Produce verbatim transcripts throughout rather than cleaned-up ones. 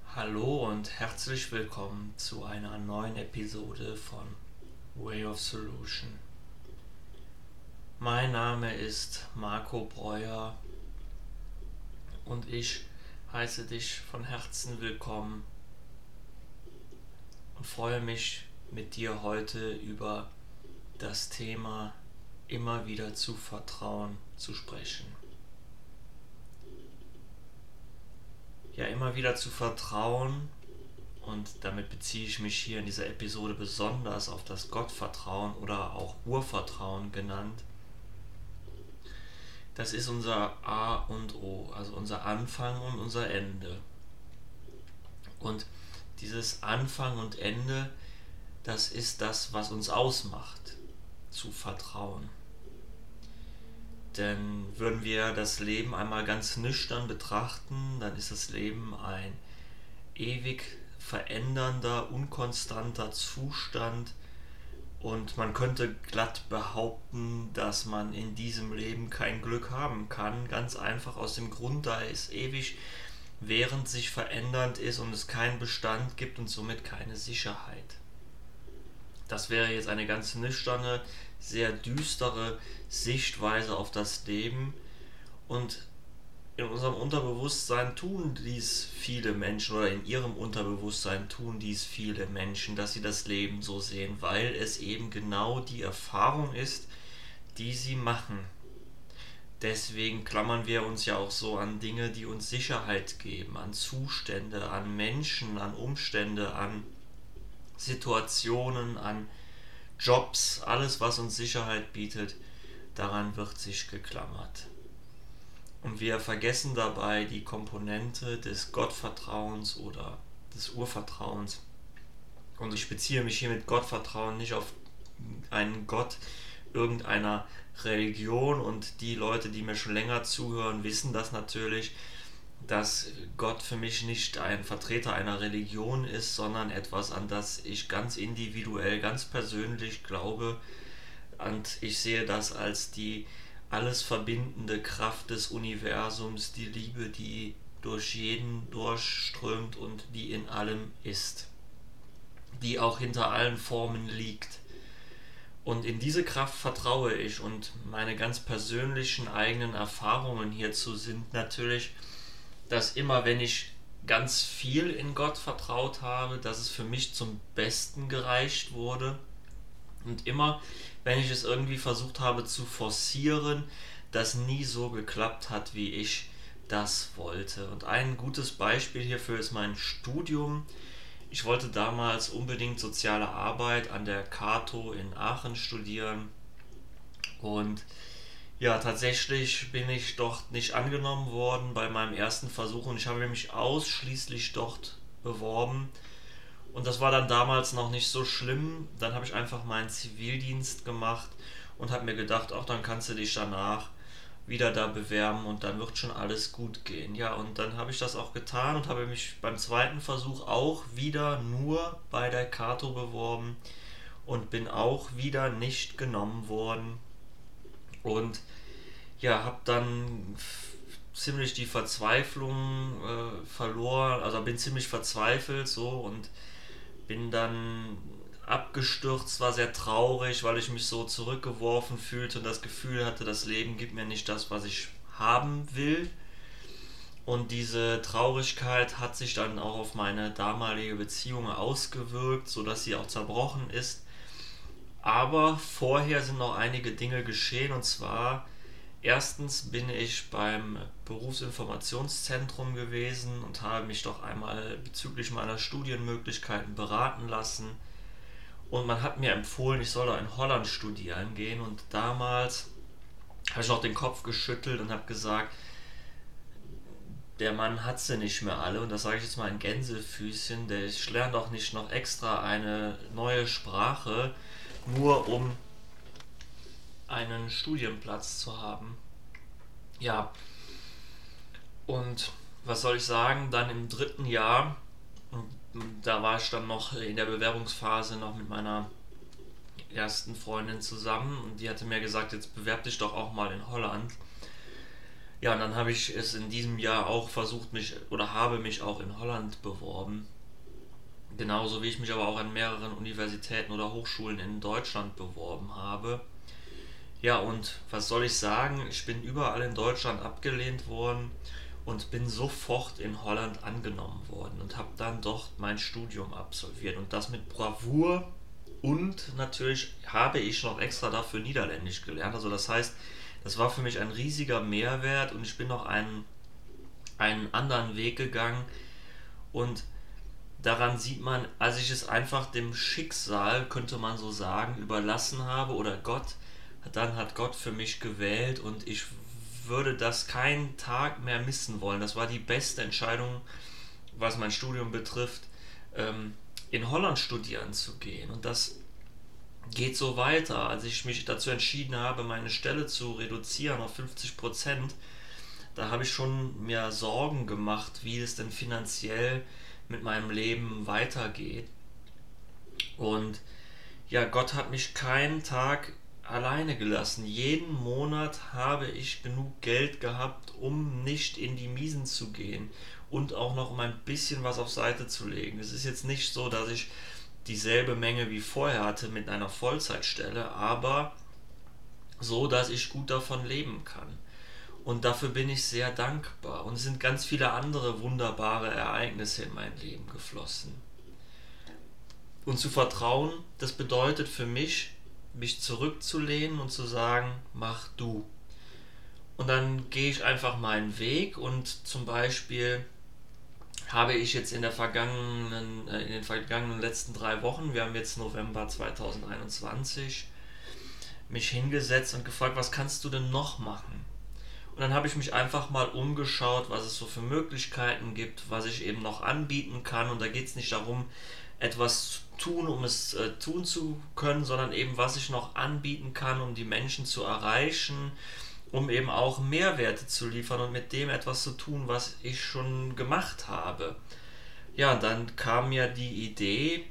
Hallo und herzlich willkommen zu einer neuen Episode von Way of Solution. Mein Name ist Marco Breuer und ich heiße dich von Herzen willkommen und freue mich mit dir heute über das Thema immer wieder zu vertrauen zu sprechen. Ja, immer wieder zu vertrauen, und damit beziehe ich mich hier in dieser Episode besonders auf das Gottvertrauen oder auch Urvertrauen genannt. Das ist unser A und O, also unser Anfang und unser Ende. Und dieses Anfang und Ende, das ist das, was uns ausmacht, zu vertrauen. Denn würden wir das Leben einmal ganz nüchtern betrachten, dann ist das Leben ein ewig verändernder, unkonstanter Zustand, und man könnte glatt behaupten, dass man in diesem Leben kein Glück haben kann, ganz einfach aus dem Grund, da es ewig während sich verändernd ist und es keinen Bestand gibt und somit keine Sicherheit. Das wäre jetzt eine ganz nüchterne, sehr düstere Sichtweise auf das Leben, und in unserem Unterbewusstsein tun dies viele Menschen, oder in ihrem Unterbewusstsein tun dies viele Menschen, dass sie das Leben so sehen, weil es eben genau die Erfahrung ist, die sie machen. Deswegen klammern wir uns ja auch so an Dinge, die uns Sicherheit geben, an Zustände, an Menschen, an Umstände, an Situationen, an Jobs, alles was uns Sicherheit bietet, daran wird sich geklammert. Und wir vergessen dabei die Komponente des Gottvertrauens oder des Urvertrauens. Und ich beziehe mich hier mit Gottvertrauen nicht auf einen Gott irgendeiner Religion, und die Leute, die mir schon länger zuhören, wissen das natürlich, dass Gott für mich nicht ein Vertreter einer Religion ist, sondern etwas, an das ich ganz individuell, ganz persönlich glaube, und ich sehe das als die alles verbindende Kraft des Universums, die Liebe, die durch jeden durchströmt und die in allem ist, die auch hinter allen Formen liegt. Und in diese Kraft vertraue ich, und meine ganz persönlichen eigenen Erfahrungen hierzu sind natürlich, dass immer wenn ich ganz viel in Gott vertraut habe, dass es für mich zum Besten gereicht wurde, und immer wenn ich es irgendwie versucht habe zu forcieren, das nie so geklappt hat, wie ich das wollte. Und ein gutes Beispiel hierfür ist mein Studium. Ich wollte damals unbedingt soziale Arbeit an der Cato in Aachen studieren, und ja, tatsächlich bin ich dort nicht angenommen worden bei meinem ersten Versuch, und ich habe mich ausschließlich dort beworben. Und das war dann damals noch nicht so schlimm. Dann habe ich einfach meinen Zivildienst gemacht und habe mir gedacht, auch dann kannst du dich danach wieder da bewerben und dann wird schon alles gut gehen. Ja, und dann habe ich das auch getan und habe mich beim zweiten Versuch auch wieder nur bei der Cato beworben und bin auch wieder nicht genommen worden. Und ja, habe dann ziemlich die Verzweiflung äh, verloren, also bin ziemlich verzweifelt so, und bin dann abgestürzt, war sehr traurig, weil ich mich so zurückgeworfen fühlte und das Gefühl hatte, das Leben gibt mir nicht das, was ich haben will. Und diese Traurigkeit hat sich dann auch auf meine damalige Beziehung ausgewirkt, sodass sie auch zerbrochen ist. Aber vorher sind noch einige Dinge geschehen, und zwar erstens bin ich beim Berufsinformationszentrum gewesen und habe mich doch einmal bezüglich meiner Studienmöglichkeiten beraten lassen. Und man hat mir empfohlen, ich soll da in Holland studieren gehen. Und damals habe ich noch den Kopf geschüttelt und habe gesagt, der Mann hat sie nicht mehr alle. Und das sage ich jetzt mal in Gänsefüßchen. Der, ich lerne doch nicht noch extra eine neue Sprache, nur um einen Studienplatz zu haben. Ja, und was soll ich sagen, dann im dritten Jahr, da war ich dann noch in der Bewerbungsphase noch mit meiner ersten Freundin zusammen, und die hatte mir gesagt, jetzt bewerb dich doch auch mal in Holland. Ja, und dann habe ich es in diesem Jahr auch versucht, mich oder habe mich auch in Holland beworben. Genauso wie ich mich aber auch an mehreren Universitäten oder Hochschulen in Deutschland beworben habe. Ja, und was soll ich sagen? Ich bin überall in Deutschland abgelehnt worden und bin sofort in Holland angenommen worden und habe dann dort mein Studium absolviert und das mit Bravour. Und natürlich habe ich noch extra dafür Niederländisch gelernt. Also das heißt, das war für mich ein riesiger Mehrwert und ich bin noch einen, einen anderen Weg gegangen. Und daran sieht man, als ich es einfach dem Schicksal, könnte man so sagen, überlassen habe oder Gott, dann hat Gott für mich gewählt und ich würde das keinen Tag mehr missen wollen. Das war die beste Entscheidung, was mein Studium betrifft, ähm, in Holland studieren zu gehen. Und das geht so weiter. Als ich mich dazu entschieden habe, meine Stelle zu reduzieren auf fünfzig Prozent, da habe ich schon mir Sorgen gemacht, wie es denn finanziell mit meinem Leben weitergeht. Und ja, Gott hat mich keinen Tag alleine gelassen. Jeden Monat habe ich genug Geld gehabt, um nicht in die Miesen zu gehen und auch noch um ein bisschen was auf Seite zu legen. Es ist jetzt nicht so, dass ich dieselbe Menge wie vorher hatte mit einer Vollzeitstelle, aber so, dass ich gut davon leben kann. Und dafür bin ich sehr dankbar. Und es sind ganz viele andere wunderbare Ereignisse in mein Leben geflossen. Und zu vertrauen, das bedeutet für mich, mich zurückzulehnen und zu sagen, mach du. Und dann gehe ich einfach meinen Weg und zum Beispiel habe ich jetzt in der vergangenen, in den vergangenen letzten drei Wochen, wir haben jetzt November zweitausendeinundzwanzig, mich hingesetzt und gefragt, was kannst du denn noch machen? Und dann habe ich mich einfach mal umgeschaut, was es so für Möglichkeiten gibt, was ich eben noch anbieten kann. Und da geht es nicht darum, etwas zu tun, um es äh, tun zu können, sondern eben, was ich noch anbieten kann, um die Menschen zu erreichen, um eben auch Mehrwerte zu liefern und mit dem etwas zu tun, was ich schon gemacht habe. Ja, und dann kam mir die Idee,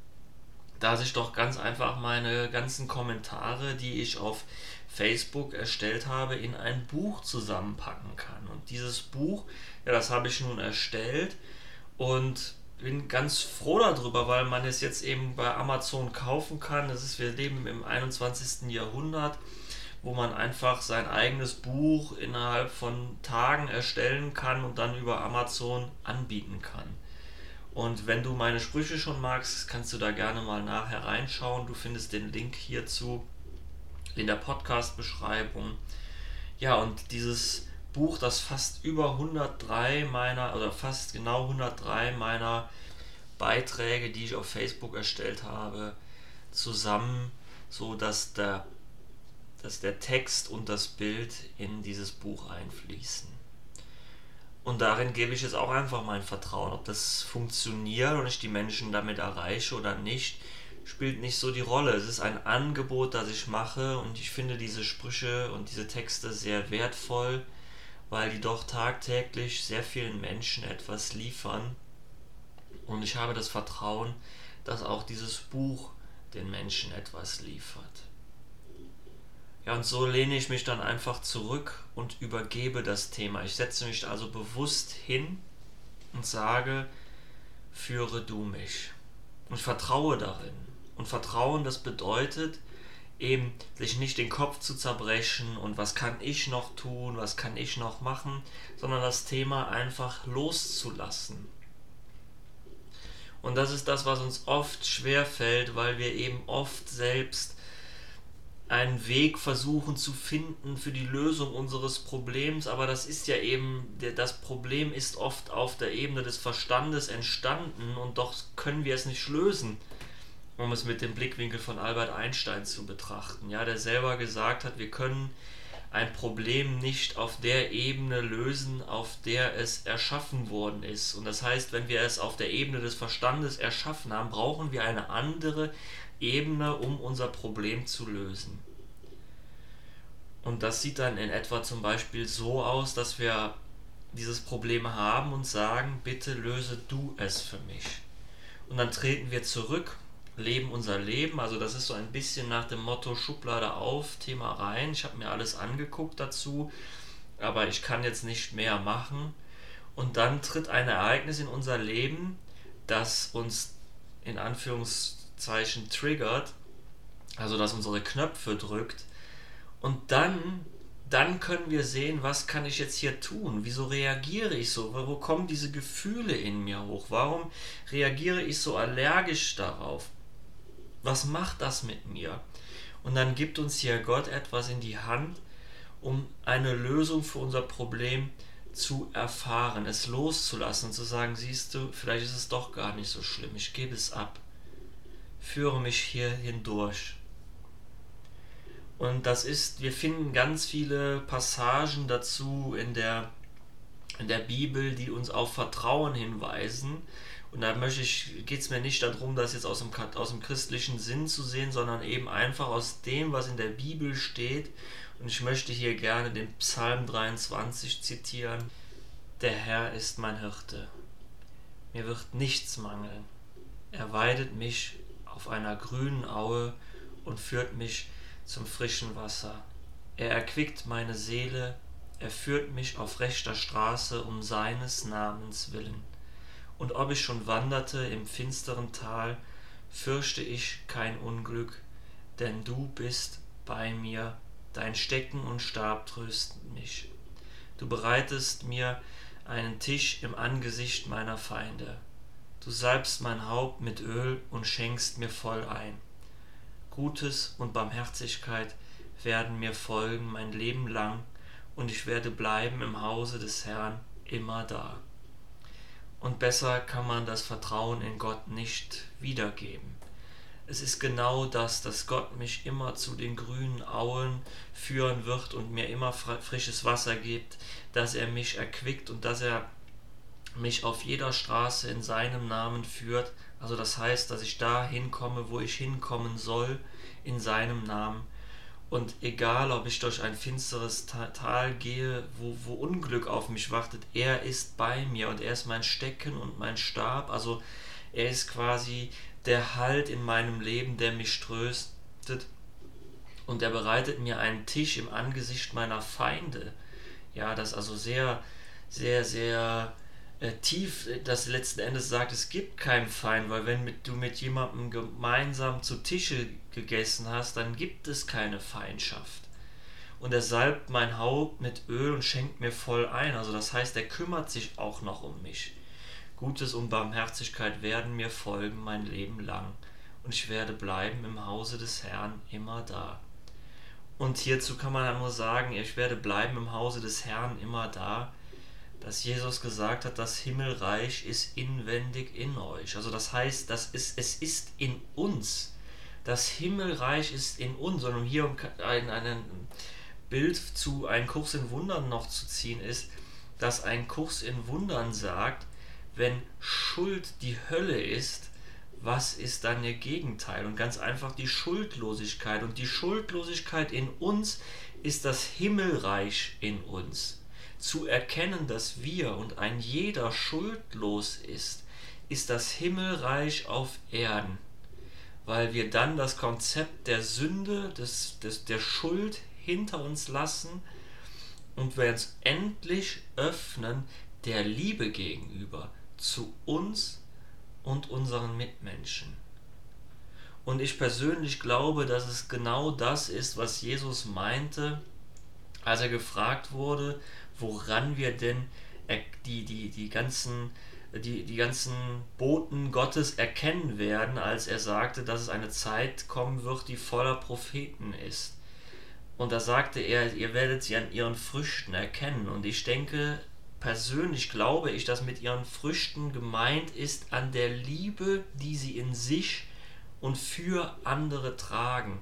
dass ich doch ganz einfach meine ganzen Kommentare, die ich auf Facebook erstellt habe, in ein Buch zusammenpacken kann. Und dieses Buch, ja, das habe ich nun erstellt und bin ganz froh darüber, weil man es jetzt eben bei Amazon kaufen kann. Das ist, wir leben im einundzwanzigsten Jahrhundert, wo man einfach sein eigenes Buch innerhalb von Tagen erstellen kann und dann über Amazon anbieten kann. Und wenn du meine Sprüche schon magst, kannst du da gerne mal nachher reinschauen. Du findest den Link hierzu in der Podcast-Beschreibung. Ja, und dieses Buch, das fast über hundertdrei meiner, oder fast genau hundertdrei meiner Beiträge, die ich auf Facebook erstellt habe, zusammen, so dass der, dass der Text und das Bild in dieses Buch einfließen. Und darin gebe ich jetzt auch einfach mein Vertrauen. Ob das funktioniert und ich die Menschen damit erreiche oder nicht, spielt nicht so die Rolle. Es ist ein Angebot, das ich mache und ich finde diese Sprüche und diese Texte sehr wertvoll, weil die doch tagtäglich sehr vielen Menschen etwas liefern. Und ich habe das Vertrauen, dass auch dieses Buch den Menschen etwas liefert. Ja, und so lehne ich mich dann einfach zurück und übergebe das Thema. Ich setze mich also bewusst hin und sage, führe du mich. Und vertraue darin. Und Vertrauen, das bedeutet eben, sich nicht den Kopf zu zerbrechen und was kann ich noch tun, was kann ich noch machen, sondern das Thema einfach loszulassen. Und das ist das, was uns oft schwerfällt, weil wir eben oft selbst einen Weg versuchen zu finden für die Lösung unseres Problems, aber das ist ja eben, das Problem ist oft auf der Ebene des Verstandes entstanden und doch können wir es nicht lösen, um es mit dem Blickwinkel von Albert Einstein zu betrachten, ja, der selber gesagt hat, wir können ein Problem nicht auf der Ebene lösen, auf der es erschaffen worden ist. Und das heißt, wenn wir es auf der Ebene des Verstandes erschaffen haben, brauchen wir eine andere Ebene, um unser Problem zu lösen. Und das sieht dann in etwa zum Beispiel so aus, dass wir dieses Problem haben und sagen, bitte löse du es für mich. Und dann treten wir zurück, leben unser Leben, also das ist so ein bisschen nach dem Motto Schublade auf, Thema rein. Ich habe mir alles angeguckt dazu, aber ich kann jetzt nicht mehr machen. Und dann tritt ein Ereignis in unser Leben, das uns in Anführungszeichen triggert, also das unsere Knöpfe drückt. Und dann, dann können wir sehen, was kann ich jetzt hier tun? Wieso reagiere ich so? Wo kommen diese Gefühle in mir hoch? Warum reagiere ich so allergisch darauf? Was macht das mit mir? Und dann gibt uns hier Gott etwas in die Hand, um eine Lösung für unser Problem zu erfahren, es loszulassen und zu sagen, siehst du, vielleicht ist es doch gar nicht so schlimm, ich gebe es ab. Führe mich hier hindurch. Und das ist, wir finden ganz viele Passagen dazu in der, in der Bibel, die uns auf Vertrauen hinweisen. Und da möchte ich, geht es mir nicht darum, das jetzt aus dem, aus dem christlichen Sinn zu sehen, sondern eben einfach aus dem, was in der Bibel steht. Und ich möchte hier gerne den Psalm dreiundzwanzig zitieren. Der Herr ist mein Hirte. Mir wird nichts mangeln. Er weidet mich auf einer grünen Aue und führt mich zum frischen Wasser. Er erquickt meine Seele, er führt mich auf rechter Straße um seines Namens willen. Und ob ich schon wanderte im finsteren Tal, fürchte ich kein Unglück, denn du bist bei mir, dein Stecken und Stab trösten mich. Du bereitest mir einen Tisch im Angesicht meiner Feinde. Du salbst mein Haupt mit Öl und schenkst mir voll ein. Gutes und Barmherzigkeit werden mir folgen mein Leben lang, und ich werde bleiben im Hause des Herrn immer da. Und besser kann man das Vertrauen in Gott nicht wiedergeben. Es ist genau das, dass Gott mich immer zu den grünen Auen führen wird und mir immer frisches Wasser gibt, dass er mich erquickt und dass er mich auf jeder Straße in seinem Namen führt. Also das heißt, dass ich da hinkomme, wo ich hinkommen soll, in seinem Namen. Und egal, ob ich durch ein finsteres Tal gehe, wo, wo Unglück auf mich wartet, er ist bei mir und er ist mein Stecken und mein Stab. Also er ist quasi der Halt in meinem Leben, der mich tröstet, und er bereitet mir einen Tisch im Angesicht meiner Feinde. Ja, das also sehr, sehr, sehr äh, tief, das letzten Endes sagt, es gibt keinen Feind, weil wenn mit, du mit jemandem gemeinsam zu Tische gegessen hast, dann gibt es keine Feindschaft. Und er salbt mein Haupt mit Öl und schenkt mir voll ein. Also das heißt, er kümmert sich auch noch um mich. Gutes und Barmherzigkeit werden mir folgen mein Leben lang, und ich werde bleiben im Hause des Herrn immer da. Und hierzu kann man ja nur sagen, ich werde bleiben im Hause des Herrn immer da, dass Jesus gesagt hat, das Himmelreich ist inwendig in euch. Also das heißt, das ist, es ist in uns. Das Himmelreich ist in uns. Und um hier ein, ein Bild zu einem Kurs in Wundern noch zu ziehen, ist, dass ein Kurs in Wundern sagt, wenn Schuld die Hölle ist, was ist dann ihr Gegenteil? Und ganz einfach die Schuldlosigkeit. Und die Schuldlosigkeit in uns ist das Himmelreich in uns. Zu erkennen, dass wir und ein jeder schuldlos ist, ist das Himmelreich auf Erden. Weil wir dann das Konzept der Sünde, des, des, der Schuld hinter uns lassen und wir uns endlich öffnen der Liebe gegenüber, zu uns und unseren Mitmenschen. Und ich persönlich glaube, dass es genau das ist, was Jesus meinte, als er gefragt wurde, woran wir denn die, die, die, ganzen, die, die ganzen Boten Gottes erkennen werden, als er sagte, dass es eine Zeit kommen wird, die voller Propheten ist. Und da sagte er, ihr werdet sie an ihren Früchten erkennen. Und ich denke, persönlich glaube ich, dass mit ihren Früchten gemeint ist an der Liebe, die sie in sich und für andere tragen.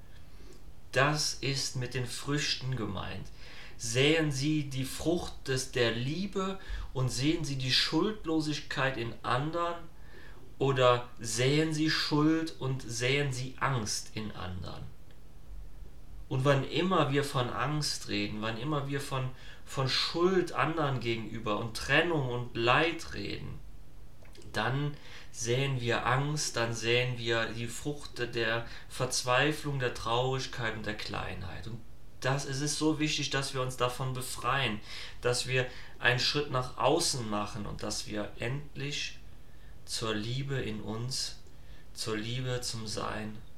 Das ist mit den Früchten gemeint. Säen sie die Frucht des, der Liebe und sehen sie die Schuldlosigkeit in anderen, oder säen sie Schuld und säen sie Angst in anderen? Und wann immer wir von Angst reden, wann immer wir von, von Schuld anderen gegenüber und Trennung und Leid reden, dann säen wir Angst, dann säen wir die Frucht der Verzweiflung, der Traurigkeit und der Kleinheit. Und das, es ist so wichtig, dass wir uns davon befreien, dass wir einen Schritt nach außen machen und dass wir endlich zur Liebe in uns, zur Liebe zum Sein